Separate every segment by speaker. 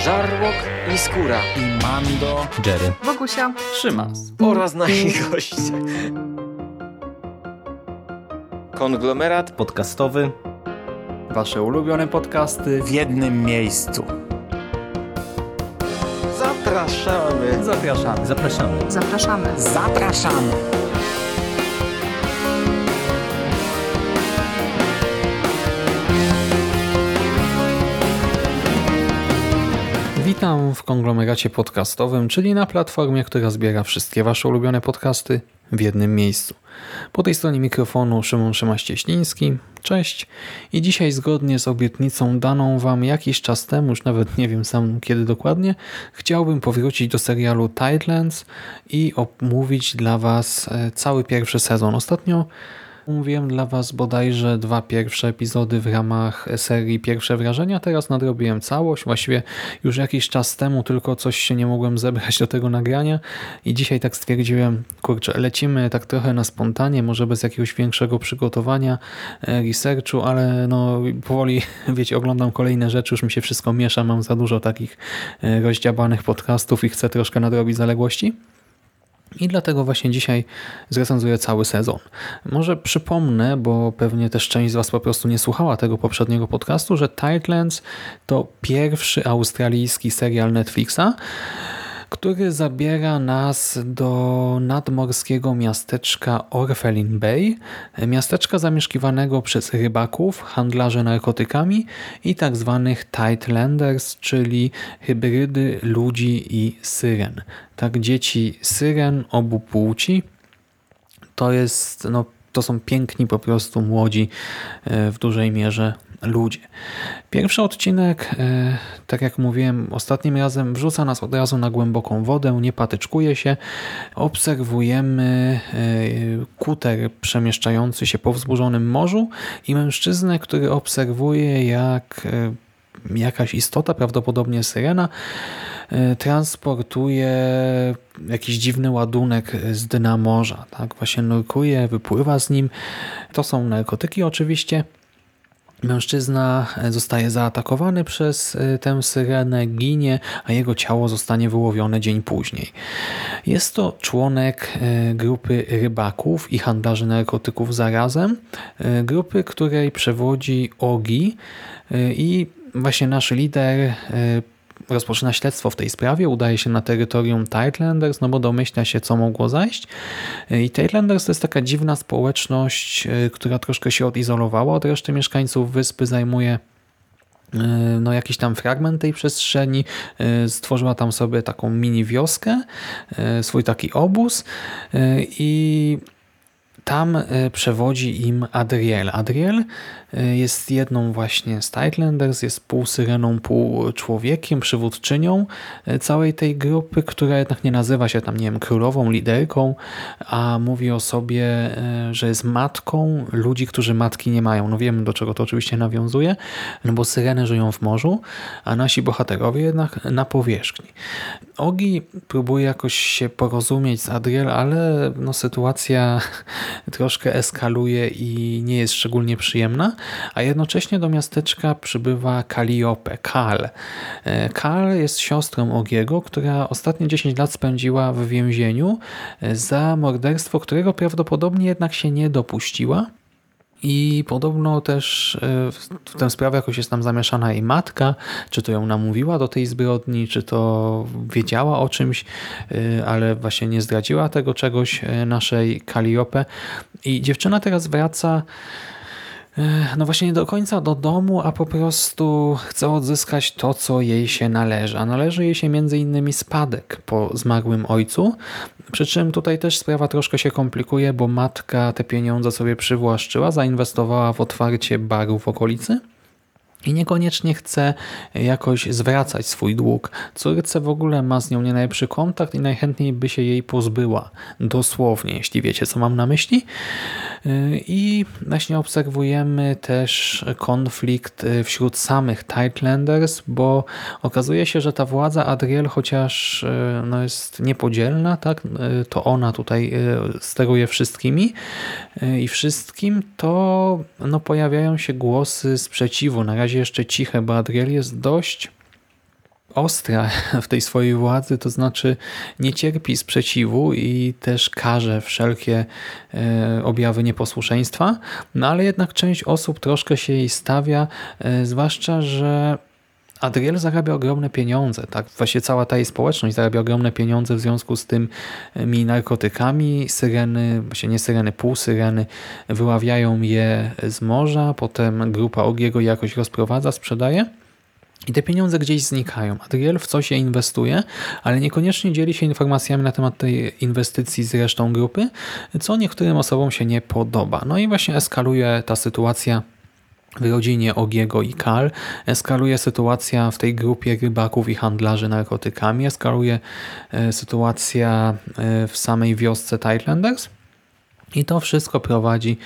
Speaker 1: Żarłok i Skóra
Speaker 2: i Mando,
Speaker 3: Jerry,
Speaker 4: Wokusia,
Speaker 3: Szymas
Speaker 1: oraz nasi goście. Konglomerat
Speaker 3: podcastowy.
Speaker 2: wasze ulubione podcasty w jednym miejscu.
Speaker 1: Zapraszamy.
Speaker 2: Zapraszamy.
Speaker 3: Witam w konglomeracie podcastowym, czyli na platformie, która zbiera wszystkie wasze ulubione podcasty w jednym miejscu. Po tej stronie mikrofonu Szymon Szymaś-Cieśliński. Cześć. I dzisiaj zgodnie z obietnicą daną wam jakiś czas temu, już nawet nie wiem sam kiedy dokładnie, chciałbym powrócić do serialu Tidelands i omówić dla was cały pierwszy sezon. Ostatnio mówiłem dla was bodajże 2 pierwsze epizody w ramach serii Pierwsze Wrażenia. Teraz nadrobiłem całość. Właściwie już jakiś czas temu, tylko coś się nie mogłem zebrać do tego nagrania i dzisiaj tak stwierdziłem, kurczę, lecimy tak trochę na spontanie, może bez jakiegoś większego przygotowania, researchu, ale no powoli, wiecie, oglądam kolejne rzeczy, już mi się wszystko miesza, mam za dużo takich rozdziabanych podcastów i chcę troszkę nadrobić zaległości. I dlatego właśnie dzisiaj zrecenzuję cały sezon. Może przypomnę, bo pewnie też część z was po prostu nie słuchała tego poprzedniego podcastu, że Tidelands to pierwszy australijski serial Netflixa, który zabiera nas do nadmorskiego miasteczka Orphalin Bay, miasteczka zamieszkiwanego przez rybaków, handlarzy narkotykami i tak zwanych Tidelanders, czyli hybrydy ludzi i syren. Tak, dzieci syren obu płci. To są piękni po prostu młodzi w dużej mierze ludzie. Pierwszy odcinek, tak jak mówiłem ostatnim razem, wrzuca nas od razu na głęboką wodę, nie patyczkuje się. Obserwujemy kuter przemieszczający się po wzburzonym morzu i mężczyznę, który obserwuje, jak jakaś istota, prawdopodobnie syrena, transportuje jakiś dziwny ładunek z dna morza. Tak? Właśnie nurkuje, wypływa z nim. To są narkotyki oczywiście. Mężczyzna zostaje zaatakowany przez tę syrenę, ginie, a jego ciało zostanie wyłowione dzień później. Jest to członek grupy rybaków i handlarzy narkotyków zarazem, grupy, której przewodzi Ogi i właśnie nasz lider rozpoczyna śledztwo w tej sprawie, udaje się na terytorium Tidelanders, no bo domyśla się, co mogło zajść. I Tidelanders to jest taka dziwna społeczność, która troszkę się odizolowała od reszty mieszkańców wyspy, zajmuje jakiś tam fragment tej przestrzeni, stworzyła tam sobie taką mini wioskę, swój taki obóz i tam przewodzi im Adriel. Adriel jest jedną właśnie z Tidelanders, jest pół syreną, pół człowiekiem, przywódczynią całej tej grupy, która jednak nie nazywa się tam, nie wiem, królową, liderką, a mówi o sobie, że jest matką ludzi, którzy matki nie mają. No wiemy, do czego to oczywiście nawiązuje, no bo syreny żyją w morzu, a nasi bohaterowie jednak na powierzchni. Ogi próbuje jakoś się porozumieć z Adriel, ale no sytuacja troszkę eskaluje i nie jest szczególnie przyjemna, a jednocześnie do miasteczka przybywa Calliope, Cal. Cal jest siostrą Ogiego, która ostatnie 10 lat spędziła w więzieniu za morderstwo, którego prawdopodobnie jednak się nie dopuściła. I podobno też w tę sprawę jakoś jest tam zamieszana jej matka, czy to ją namówiła do tej zbrodni, czy to wiedziała o czymś, ale właśnie nie zdradziła tego czegoś naszej Calliope. I dziewczyna teraz wraca no właśnie nie do końca do domu, a po prostu chce odzyskać to, co jej się należy. A należy jej się między innymi spadek po zmarłym ojcu. Przy czym tutaj też sprawa troszkę się komplikuje, bo matka te pieniądze sobie przywłaszczyła, zainwestowała w otwarcie baru w okolicy i niekoniecznie chce jakoś zwracać swój dług. Córce w ogóle ma z nią nie najlepszy kontakt i najchętniej by się jej pozbyła. Dosłownie, jeśli wiecie, co mam na myśli. I właśnie obserwujemy też konflikt wśród samych Tidelanders, bo okazuje się, że ta władza Adriel, chociaż jest niepodzielna, tak, to ona tutaj steruje wszystkimi i wszystkim, to pojawiają się głosy sprzeciwu. Na razie jeszcze ciche, bo Adriel jest dość ostra w tej swojej władzy, to znaczy nie cierpi sprzeciwu i też karze wszelkie objawy nieposłuszeństwa, no ale jednak część osób troszkę się jej stawia, zwłaszcza, że Adriel zarabia ogromne pieniądze, tak? Właśnie cała ta jej społeczność zarabia ogromne pieniądze w związku z tymi narkotykami. Syreny, właśnie nie syreny, półsyreny wyławiają je z morza, potem grupa Ogiego je jakoś rozprowadza, sprzedaje. I te pieniądze gdzieś znikają. Adriel w coś je inwestuje, ale niekoniecznie dzieli się informacjami na temat tej inwestycji z resztą grupy, co niektórym osobom się nie podoba. No i właśnie eskaluje ta sytuacja w rodzinie Ogiego i Kal, eskaluje sytuacja w tej grupie rybaków i handlarzy narkotykami, eskaluje sytuacja w samej wiosce Tidelanders i to wszystko prowadzi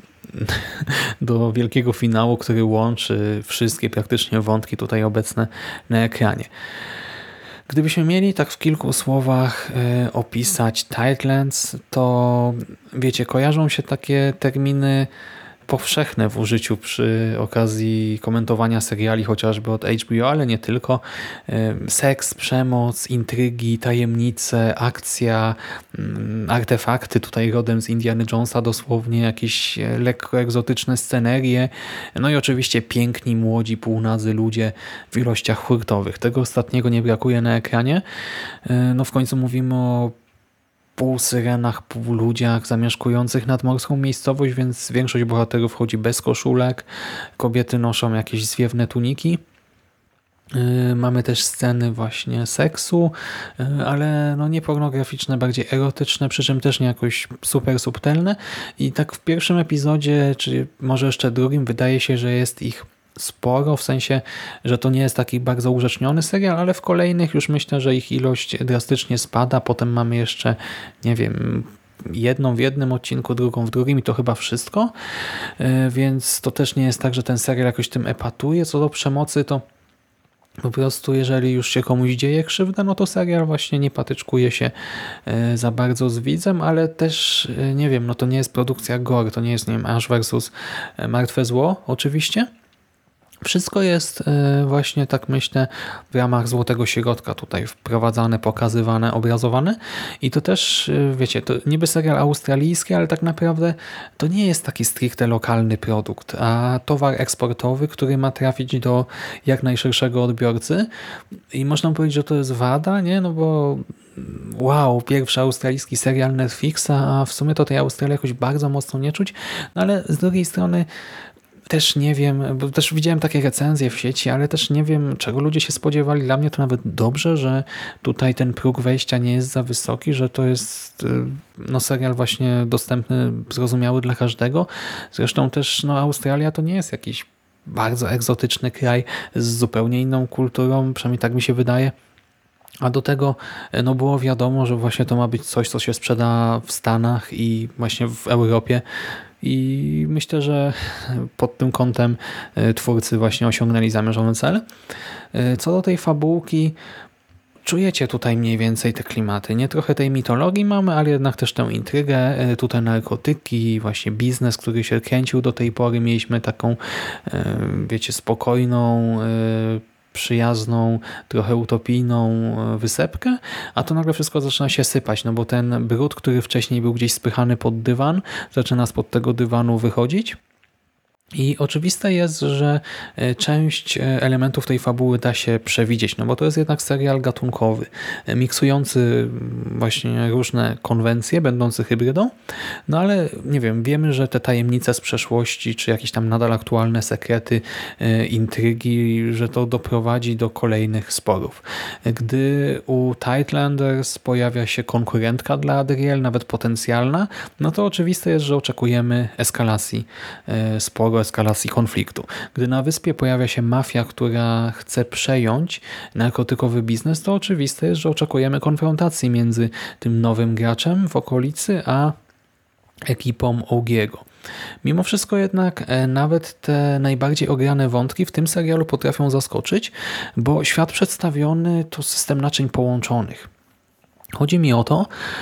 Speaker 3: do wielkiego finału, który łączy wszystkie praktycznie wątki tutaj obecne na ekranie. Gdybyśmy mieli tak w kilku słowach opisać Tidelands, to wiecie, kojarzą się takie terminy powszechne w użyciu przy okazji komentowania seriali chociażby od HBO, ale nie tylko. Seks, przemoc, intrygi, tajemnice, akcja, artefakty, tutaj rodem z Indiana Jonesa dosłownie, jakieś lekko egzotyczne scenerie, no i oczywiście piękni, młodzi, półnadzy ludzie w ilościach hurtowych. Tego ostatniego nie brakuje na ekranie. No w końcu mówimy o pół syrenach, pół ludziach zamieszkujących nadmorską miejscowość, więc większość bohaterów chodzi bez koszulek. Kobiety noszą jakieś zwiewne tuniki. Mamy też sceny właśnie seksu, ale no nie pornograficzne, bardziej erotyczne, przy czym też nie jakoś super subtelne. I tak w pierwszym epizodzie, czy może jeszcze drugim, wydaje się, że jest ich sporo, w sensie, że to nie jest taki bardzo urzeczniony serial, ale w kolejnych już myślę, że ich ilość drastycznie spada. Potem mamy jeszcze, nie wiem, jedną w jednym odcinku, drugą w drugim i to chyba wszystko. Więc to też nie jest tak, że ten serial jakoś tym epatuje. Co do przemocy, to po prostu jeżeli już się komuś dzieje krzywda, no to serial właśnie nie patyczkuje się za bardzo z widzem, ale też, nie wiem, no to nie jest produkcja gore, to nie jest, nie wiem, Ash versus Martwe Zło, oczywiście. Wszystko jest właśnie, tak myślę, w ramach złotego środka tutaj wprowadzane, pokazywane, obrazowane i to też, wiecie, to niby serial australijski, ale tak naprawdę to nie jest taki stricte lokalny produkt, a towar eksportowy, który ma trafić do jak najszerszego odbiorcy i można powiedzieć, że to jest wada, nie? No bo wow, pierwszy australijski serial Netflixa, a w sumie to tej Australii jakoś bardzo mocno nie czuć, no ale z drugiej strony też nie wiem, bo też widziałem takie recenzje w sieci, ale też nie wiem, czego ludzie się spodziewali. Dla mnie to nawet dobrze, że tutaj ten próg wejścia nie jest za wysoki, że to jest no, serial właśnie dostępny, zrozumiały dla każdego. Zresztą też no, Australia to nie jest jakiś bardzo egzotyczny kraj z zupełnie inną kulturą, przynajmniej tak mi się wydaje. A do tego no, było wiadomo, że właśnie to ma być coś, co się sprzeda w Stanach i właśnie w Europie. I myślę, że pod tym kątem twórcy właśnie osiągnęli zamierzony cel. Co do tej fabułki, czujecie tutaj mniej więcej te klimaty. Nie trochę tej mitologii mamy, ale jednak też tę intrygę, tutaj narkotyki, właśnie biznes, który się kręcił do tej pory. Mieliśmy taką, wiecie, spokojną, przyjazną, trochę utopijną wysepkę, a to nagle wszystko zaczyna się sypać, no bo ten brud, który wcześniej był gdzieś spychany pod dywan, zaczyna spod tego dywanu wychodzić. I oczywiste jest, że część elementów tej fabuły da się przewidzieć, no bo to jest jednak serial gatunkowy, miksujący właśnie różne konwencje, będący hybrydą, no ale nie wiem, wiemy, że te tajemnice z przeszłości, czy jakieś tam nadal aktualne sekrety, intrygi, że to doprowadzi do kolejnych sporów. Gdy u Tidelanders pojawia się konkurentka dla Adriel, nawet potencjalna, no to oczywiste jest, że oczekujemy eskalacji sporu, eskalacji konfliktu. Gdy na wyspie pojawia się mafia, która chce przejąć narkotykowy biznes, to oczywiste jest, że oczekujemy konfrontacji między tym nowym graczem w okolicy, a ekipą Ogiego. Mimo wszystko jednak nawet te najbardziej ograne wątki w tym serialu potrafią zaskoczyć, bo świat przedstawiony to system naczyń połączonych. Chodzi mi o to,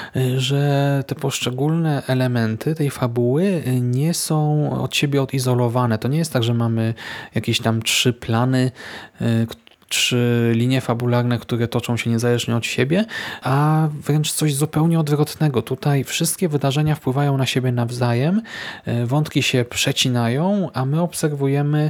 Speaker 3: że te poszczególne elementy tej fabuły nie są od siebie odizolowane. To nie jest tak, że mamy jakieś tam 3 plany, czy linie fabularne, które toczą się niezależnie od siebie, a wręcz coś zupełnie odwrotnego. Tutaj wszystkie wydarzenia wpływają na siebie nawzajem, wątki się przecinają, a my obserwujemy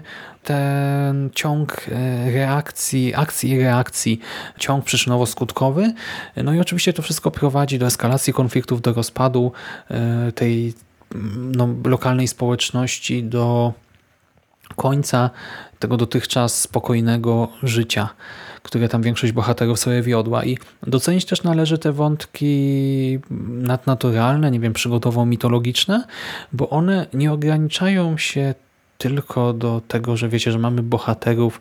Speaker 3: ten ciąg reakcji, akcji i reakcji, ciąg przyczynowo-skutkowy. No i oczywiście to wszystko prowadzi do eskalacji konfliktów, do rozpadu tej lokalnej społeczności, do końca tego dotychczas spokojnego życia, które tam większość bohaterów sobie wiodła. I docenić też należy te wątki nadnaturalne, nie wiem, przygodowo-mitologiczne, bo one nie ograniczają się tylko do tego, że wiecie, że mamy bohaterów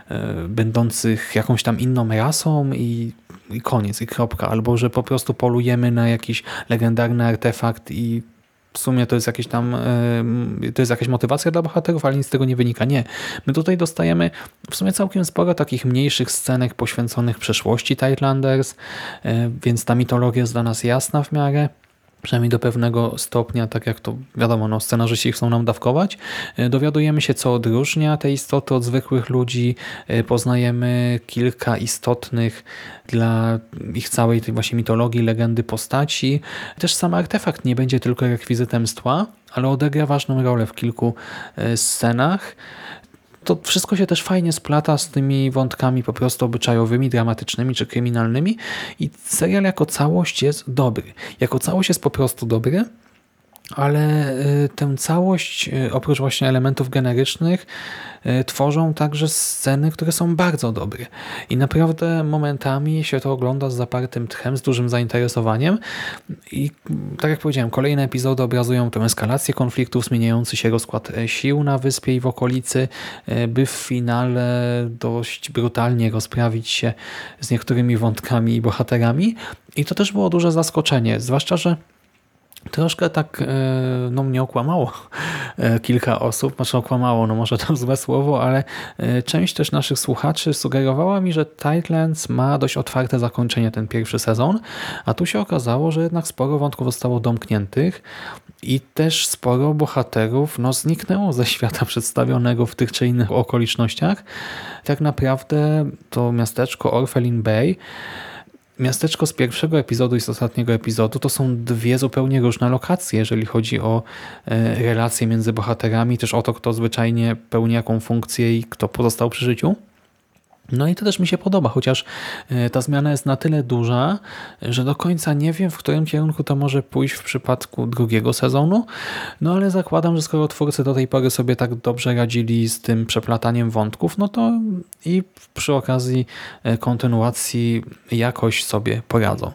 Speaker 3: będących jakąś tam inną rasą i koniec, i kropka. Albo że po prostu polujemy na jakiś legendarny artefakt i w sumie to jest jakieś tam, to jest jakaś motywacja dla bohaterów, ale nic z tego nie wynika. Nie. My tutaj dostajemy w sumie całkiem sporo takich mniejszych scenek poświęconych przeszłości Tidelanders, więc ta mitologia jest dla nas jasna w miarę. Przynajmniej do pewnego stopnia, tak jak to wiadomo, scenarzyści chcą nam dawkować. Dowiadujemy się, co odróżnia te istoty od zwykłych ludzi. Poznajemy kilka istotnych dla ich całej tej właśnie mitologii, legendy postaci. Też sam artefakt nie będzie tylko rekwizytem z tła, ale odegra ważną rolę w kilku scenach. To wszystko się też fajnie splata z tymi wątkami po prostu obyczajowymi, dramatycznymi czy kryminalnymi i serial jako całość jest dobry. Jako całość jest po prostu dobry, ale tę całość oprócz właśnie elementów generycznych tworzą także sceny, które są bardzo dobre. I naprawdę momentami się to ogląda z zapartym tchem, z dużym zainteresowaniem i tak jak powiedziałem, kolejne epizody obrazują tę eskalację konfliktów, zmieniający się rozkład sił na wyspie i w okolicy, by w finale dość brutalnie rozprawić się z niektórymi wątkami i bohaterami. I to też było duże zaskoczenie, zwłaszcza, że troszkę tak mnie okłamało kilka osób, znaczy okłamało, może to złe słowo, ale część też naszych słuchaczy sugerowała mi, że Tidelands ma dość otwarte zakończenie ten pierwszy sezon, a tu się okazało, że jednak sporo wątków zostało domkniętych i też sporo bohaterów zniknęło ze świata przedstawionego w tych czy innych okolicznościach. Tak naprawdę to miasteczko Orphelin Bay, miasteczko z pierwszego epizodu i z ostatniego epizodu to są dwie zupełnie różne lokacje, jeżeli chodzi o relacje między bohaterami, też o to, kto zwyczajnie pełni jaką funkcję i kto pozostał przy życiu. No i to też mi się podoba, chociaż ta zmiana jest na tyle duża, że do końca nie wiem, w którym kierunku to może pójść w przypadku drugiego sezonu, ale zakładam, że skoro twórcy do tej pory sobie tak dobrze radzili z tym przeplataniem wątków, to i przy okazji kontynuacji jakoś sobie poradzą.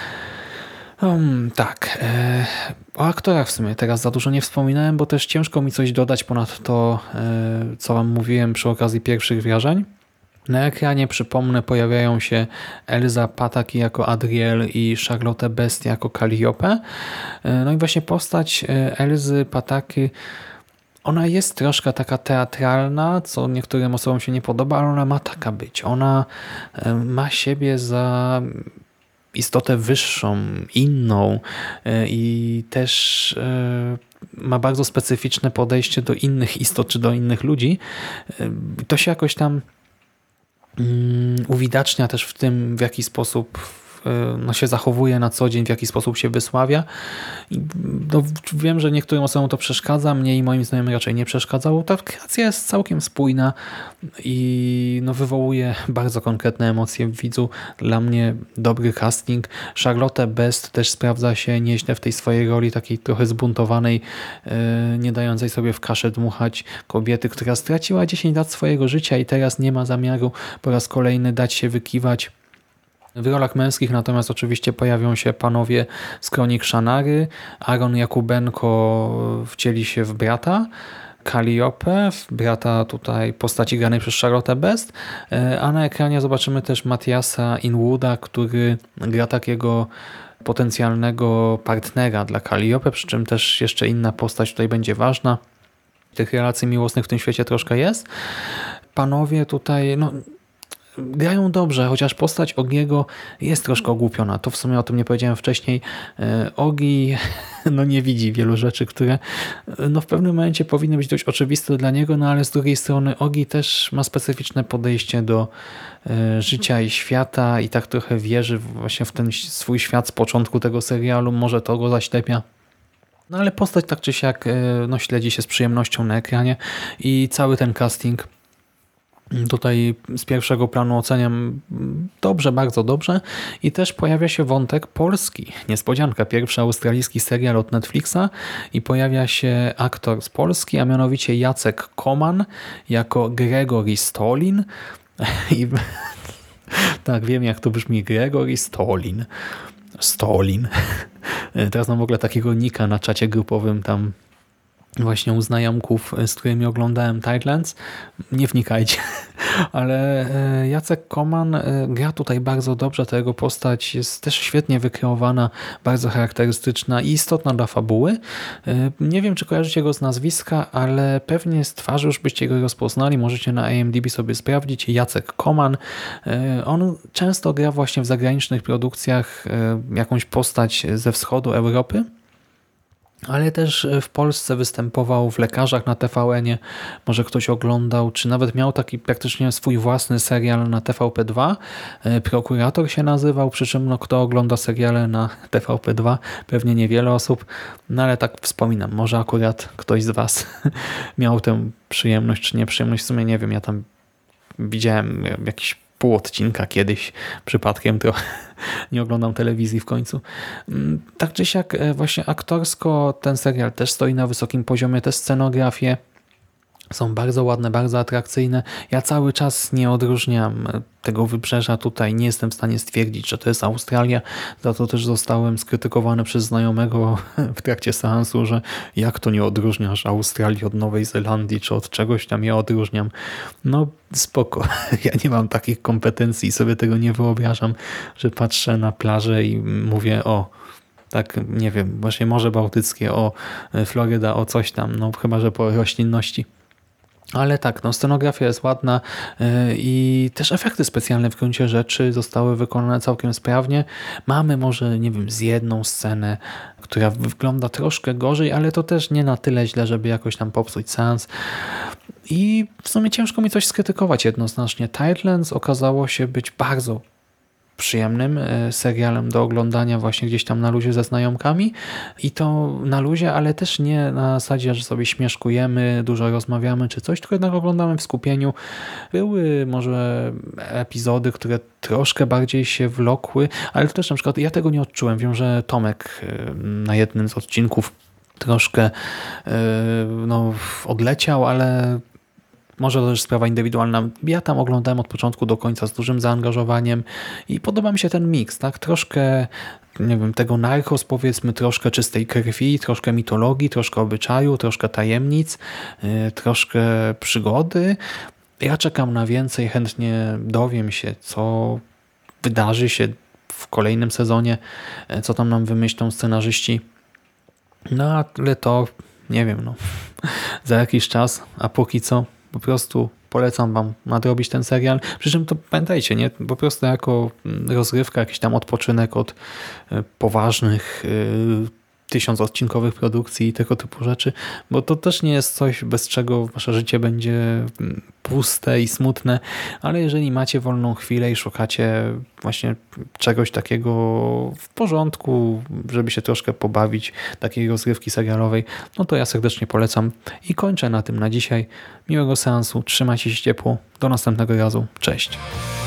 Speaker 3: Tak, o aktorach w sumie teraz za dużo nie wspominałem, bo też ciężko mi coś dodać ponad to, co wam mówiłem przy okazji pierwszych wrażeń. Na ekranie, przypomnę, pojawiają się Elza Pataki jako Adriel i Charlotte Best jako Calliope. No i właśnie postać Elzy Pataki, ona jest troszkę taka teatralna, co niektórym osobom się nie podoba, ale ona ma taka być. Ona ma siebie za istotę wyższą, inną i też ma bardzo specyficzne podejście do innych istot czy do innych ludzi. To się jakoś tam uwidacznia też w tym, w jaki sposób się zachowuje na co dzień, w jaki sposób się wysławia. I wiem, że niektórym osobom to przeszkadza, mnie i moim znajomym raczej nie przeszkadzało. Ta kreacja jest całkiem spójna i wywołuje bardzo konkretne emocje w widzu. Dla mnie dobry casting. Charlotte Best też sprawdza się nieźle w tej swojej roli takiej trochę zbuntowanej, nie dającej sobie w kaszę dmuchać kobiety, która straciła 10 lat swojego życia i teraz nie ma zamiaru po raz kolejny dać się wykiwać. W rolach męskich natomiast oczywiście pojawią się panowie z Kronik Shannary. Aaron Jakubenko wcieli się w brata Calliope, w brata tutaj postaci granej przez Charlotte Best, a na ekranie zobaczymy też Matthiasa Inwooda, który gra takiego potencjalnego partnera dla Calliope, przy czym też jeszcze inna postać tutaj będzie ważna. Tych relacji miłosnych w tym świecie troszkę jest. Panowie tutaj grają dobrze, chociaż postać Ogiego jest troszkę ogłupiona. To w sumie o tym nie powiedziałem wcześniej. Ogi no nie widzi wielu rzeczy, które no w pewnym momencie powinny być dość oczywiste dla niego, no ale z drugiej strony Ogi też ma specyficzne podejście do życia i świata i tak trochę wierzy właśnie w ten swój świat z początku tego serialu. Może to go zaślepia. No ale postać tak czy siak no, śledzi się z przyjemnością na ekranie i cały ten casting tutaj z pierwszego planu oceniam dobrze, bardzo dobrze i też pojawia się wątek polski. Niespodzianka, pierwszy australijski serial od Netflixa i pojawia się aktor z Polski, a mianowicie Jacek Koman jako Gregory Stolin. I tak, wiem jak to brzmi, Gregory Stolin. Stolin. Teraz mam w ogóle takiego nika na czacie grupowym tam właśnie u znajomków, z którymi oglądałem Tidelands. Nie wnikajcie, ale Jacek Koman gra tutaj bardzo dobrze. Ta jego postać jest też świetnie wykreowana, bardzo charakterystyczna i istotna dla fabuły. Nie wiem, czy kojarzycie go z nazwiska, ale pewnie z twarzy już byście go rozpoznali. Możecie na IMDb sobie sprawdzić. Jacek Koman. On często gra właśnie w zagranicznych produkcjach jakąś postać ze wschodu Europy, ale też w Polsce występował w Lekarzach na TVN-ie, może ktoś oglądał, czy nawet miał taki praktycznie swój własny serial na TVP2. Prokurator się nazywał, przy czym no, kto ogląda seriale na TVP2? Pewnie niewiele osób, no ale tak wspominam, może akurat ktoś z Was miał tę przyjemność, czy nieprzyjemność, w sumie nie wiem, ja tam widziałem jakiś pół odcinka kiedyś przypadkiem, to nie oglądam telewizji w końcu. Tak czy siak właśnie aktorsko ten serial też stoi na wysokim poziomie, te scenografie są bardzo ładne, bardzo atrakcyjne. Ja cały czas nie odróżniam tego wybrzeża tutaj. Nie jestem w stanie stwierdzić, że to jest Australia. Za to też zostałem skrytykowany przez znajomego w trakcie seansu, że jak to nie odróżniasz Australii od Nowej Zelandii, czy od czegoś tam ja odróżniam. No spoko. Ja nie mam takich kompetencji i sobie tego nie wyobrażam, że patrzę na plażę i mówię tak, nie wiem, właśnie Morze Bałtyckie, Floryda, coś tam, no chyba, że po roślinności. Ale tak, no scenografia jest ładna i też efekty specjalne w gruncie rzeczy zostały wykonane całkiem sprawnie. Mamy może, nie wiem, z jedną scenę, która wygląda troszkę gorzej, ale to też nie na tyle źle, żeby jakoś tam popsuć seans. I w sumie ciężko mi coś skrytykować jednoznacznie. Tidelands okazało się być bardzo przyjemnym serialem do oglądania właśnie gdzieś tam na luzie ze znajomkami i to na luzie, ale też nie na zasadzie, że sobie śmieszkujemy, dużo rozmawiamy czy coś, tylko jednak oglądamy w skupieniu. Były może epizody, które troszkę bardziej się wlokły, ale to też na przykład ja tego nie odczułem. Wiem, że Tomek na jednym z odcinków troszkę odleciał, ale może to też sprawa indywidualna. Ja tam oglądałem od początku do końca z dużym zaangażowaniem i podoba mi się ten miks, tak? Troszkę, nie wiem, tego narkos powiedzmy, troszkę czystej krwi, troszkę mitologii, troszkę obyczaju, troszkę tajemnic, troszkę przygody. Ja czekam na więcej, chętnie dowiem się, co wydarzy się w kolejnym sezonie, co tam nam wymyślą scenarzyści. No ale to, nie wiem, za jakiś czas, a póki co po prostu polecam Wam nadrobić ten serial. Przy czym to pamiętajcie, nie? Po prostu jako rozrywka, jakiś tam odpoczynek od poważnych 1000-odcinkowych produkcji i tego typu rzeczy, bo to też nie jest coś, bez czego Wasze życie będzie puste i smutne, ale jeżeli macie wolną chwilę i szukacie właśnie czegoś takiego w porządku, żeby się troszkę pobawić, takiej rozrywki serialowej, no to ja serdecznie polecam i kończę na tym na dzisiaj. Miłego seansu, trzymajcie się ciepło, do następnego razu, cześć!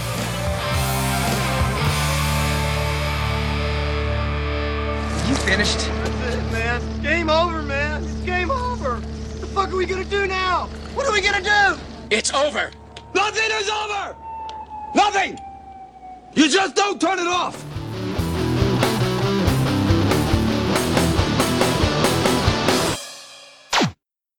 Speaker 4: You finished? That's it, man. Game over, man. It's game over. What the fuck are we gonna do now? What are we gonna do?
Speaker 5: It's over.
Speaker 4: Nothing is over! Nothing! You just don't turn it off!